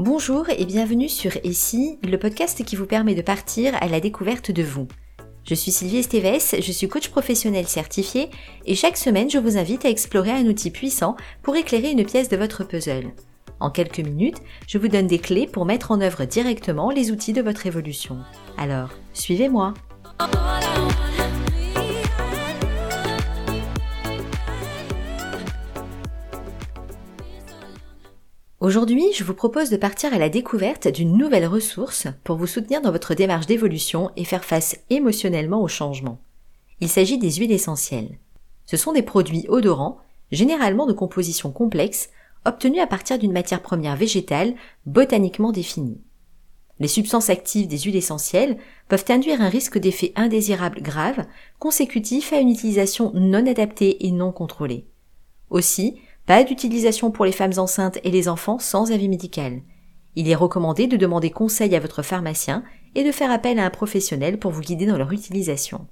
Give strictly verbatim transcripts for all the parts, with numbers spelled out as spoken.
Bonjour et bienvenue sur Essie, le podcast qui vous permet de partir à la découverte de vous. Je suis Sylvie Estevez, je suis coach professionnel certifié et chaque semaine je vous invite à explorer un outil puissant pour éclairer une pièce de votre puzzle. En quelques minutes, je vous donne des clés pour mettre en œuvre directement les outils de votre évolution. Alors, suivez-moi. Aujourd'hui, je vous propose de partir à la découverte d'une nouvelle ressource pour vous soutenir dans votre démarche d'évolution et faire face émotionnellement au changement. Il s'agit des huiles essentielles. Ce sont des produits odorants, généralement de composition complexe, obtenus à partir d'une matière première végétale botaniquement définie. Les substances actives des huiles essentielles peuvent induire un risque d'effet indésirable grave, consécutif à une utilisation non adaptée et non contrôlée. Aussi, pas d'utilisation pour les femmes enceintes et les enfants sans avis médical. Il est recommandé de demander conseil à votre pharmacien et de faire appel à un professionnel pour vous guider dans leur utilisation.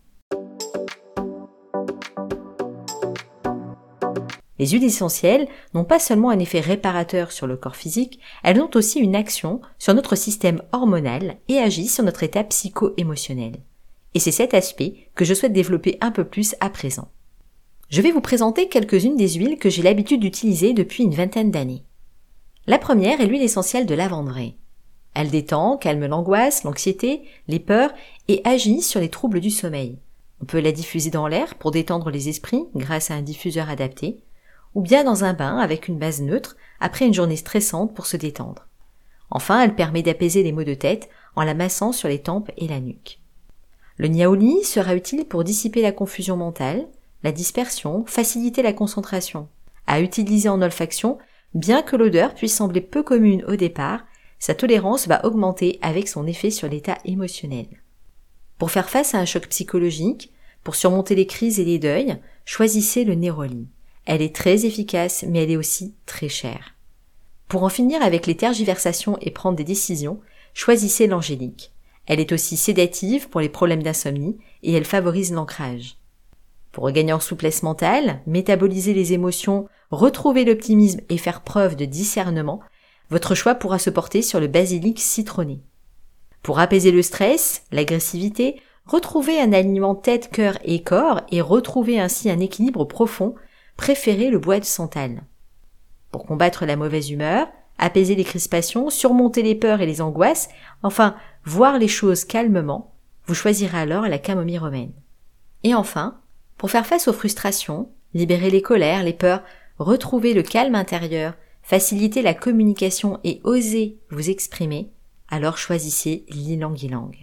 Les huiles essentielles n'ont pas seulement un effet réparateur sur le corps physique, elles ont aussi une action sur notre système hormonal et agissent sur notre état psycho-émotionnel. Et c'est cet aspect que je souhaite développer un peu plus à présent. Je vais vous présenter quelques-unes des huiles que j'ai l'habitude d'utiliser depuis une vingtaine d'années. La première est l'huile essentielle de lavanderaie. Elle détend, calme l'angoisse, l'anxiété, les peurs et agit sur les troubles du sommeil. On peut la diffuser dans l'air pour détendre les esprits grâce à un diffuseur adapté, ou bien dans un bain avec une base neutre après une journée stressante pour se détendre. Enfin, elle permet d'apaiser les maux de tête en la massant sur les tempes et la nuque. Le niaouli sera utile pour dissiper la confusion mentale, la dispersion, faciliter la concentration. À utiliser en olfaction, bien que l'odeur puisse sembler peu commune au départ, sa tolérance va augmenter avec son effet sur l'état émotionnel. Pour faire face à un choc psychologique, pour surmonter les crises et les deuils, choisissez le néroli. Elle est très efficace, mais elle est aussi très chère. Pour en finir avec les tergiversations et prendre des décisions, choisissez l'angélique. Elle est aussi sédative pour les problèmes d'insomnie et elle favorise l'ancrage. Pour regagner en souplesse mentale, métaboliser les émotions, retrouver l'optimisme et faire preuve de discernement, votre choix pourra se porter sur le basilic citronné. Pour apaiser le stress, l'agressivité, retrouver un alignement tête, cœur et corps et retrouver ainsi un équilibre profond, préférez le bois de santal. Pour combattre la mauvaise humeur, apaiser les crispations, surmonter les peurs et les angoisses, enfin, voir les choses calmement, vous choisirez alors la camomille romaine. Et enfin, pour faire face aux frustrations, libérer les colères, les peurs, retrouver le calme intérieur, faciliter la communication et oser vous exprimer, alors choisissez l'ylang-ylang.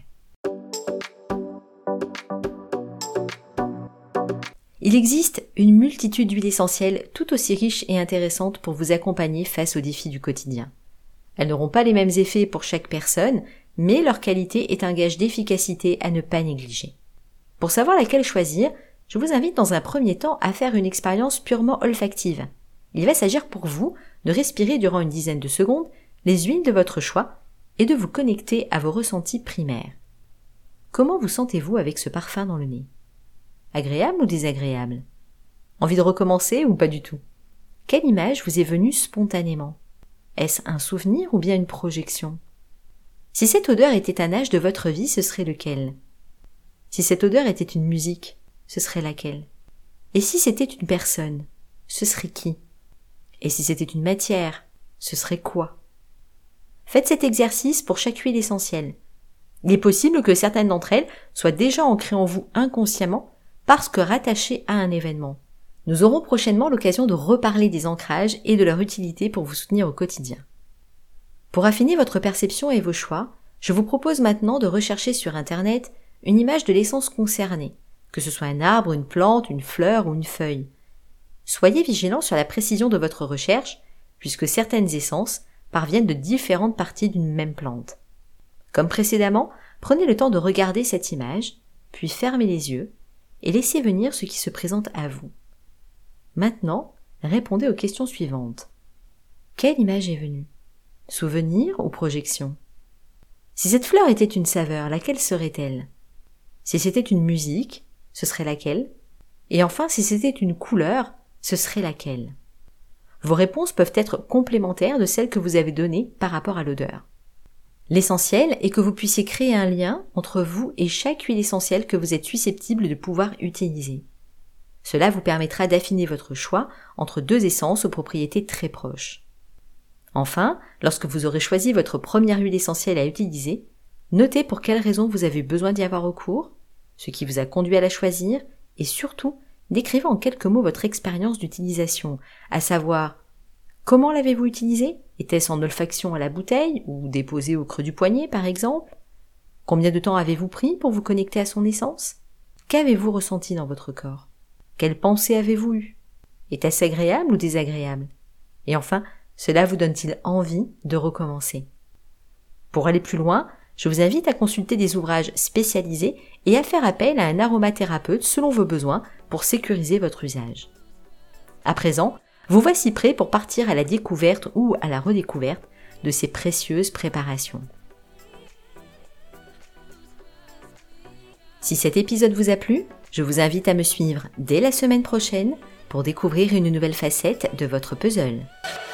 Il existe une multitude d'huiles essentielles tout aussi riches et intéressantes pour vous accompagner face aux défis du quotidien. Elles n'auront pas les mêmes effets pour chaque personne, mais leur qualité est un gage d'efficacité à ne pas négliger. Pour savoir laquelle choisir, je vous invite dans un premier temps à faire une expérience purement olfactive. Il va s'agir pour vous de respirer durant une dizaine de secondes les huiles de votre choix et de vous connecter à vos ressentis primaires. Comment vous sentez-vous avec ce parfum dans le nez ? Agréable ou désagréable ? Envie de recommencer ou pas du tout ? Quelle image vous est venue spontanément ? Est-ce un souvenir ou bien une projection ? Si cette odeur était un âge de votre vie, ce serait lequel ? Si cette odeur était une musique, ce serait laquelle ? Et si c'était une personne, ce serait qui ? Et si c'était une matière, ce serait quoi ? Faites cet exercice pour chaque huile essentielle. Il est possible que certaines d'entre elles soient déjà ancrées en vous inconsciemment parce que rattachées à un événement. Nous aurons prochainement l'occasion de reparler des ancrages et de leur utilité pour vous soutenir au quotidien. Pour affiner votre perception et vos choix, je vous propose maintenant de rechercher sur Internet une image de l'essence concernée, que ce soit un arbre, une plante, une fleur ou une feuille. Soyez vigilant sur la précision de votre recherche, puisque certaines essences parviennent de différentes parties d'une même plante. Comme précédemment, prenez le temps de regarder cette image, puis fermez les yeux et laissez venir ce qui se présente à vous. Maintenant, répondez aux questions suivantes. Quelle image est venue ? Souvenir ou projection ? Si cette fleur était une saveur, laquelle serait-elle ? Si c'était une musique, ce serait laquelle ? Et enfin, si c'était une couleur, ce serait laquelle ? Vos réponses peuvent être complémentaires de celles que vous avez données par rapport à l'odeur. L'essentiel est que vous puissiez créer un lien entre vous et chaque huile essentielle que vous êtes susceptible de pouvoir utiliser. Cela vous permettra d'affiner votre choix entre deux essences aux propriétés très proches. Enfin, lorsque vous aurez choisi votre première huile essentielle à utiliser, notez pour quelles raisons vous avez besoin d'y avoir recours, ce qui vous a conduit à la choisir, et surtout, décrivez en quelques mots votre expérience d'utilisation, à savoir comment l'avez-vous utilisée? Était-ce en olfaction à la bouteille ou déposée au creux du poignet par exemple? Combien de temps avez-vous pris pour vous connecter à son essence? Qu'avez-vous ressenti dans votre corps? Quelles pensées avez-vous eues? Était-ce agréable ou désagréable? Et enfin, cela vous donne-t-il envie de recommencer? Pour aller plus loin, je vous invite à consulter des ouvrages spécialisés et à faire appel à un aromathérapeute selon vos besoins pour sécuriser votre usage. À présent, vous voici prêt pour partir à la découverte ou à la redécouverte de ces précieuses préparations. Si cet épisode vous a plu, je vous invite à me suivre dès la semaine prochaine pour découvrir une nouvelle facette de votre puzzle.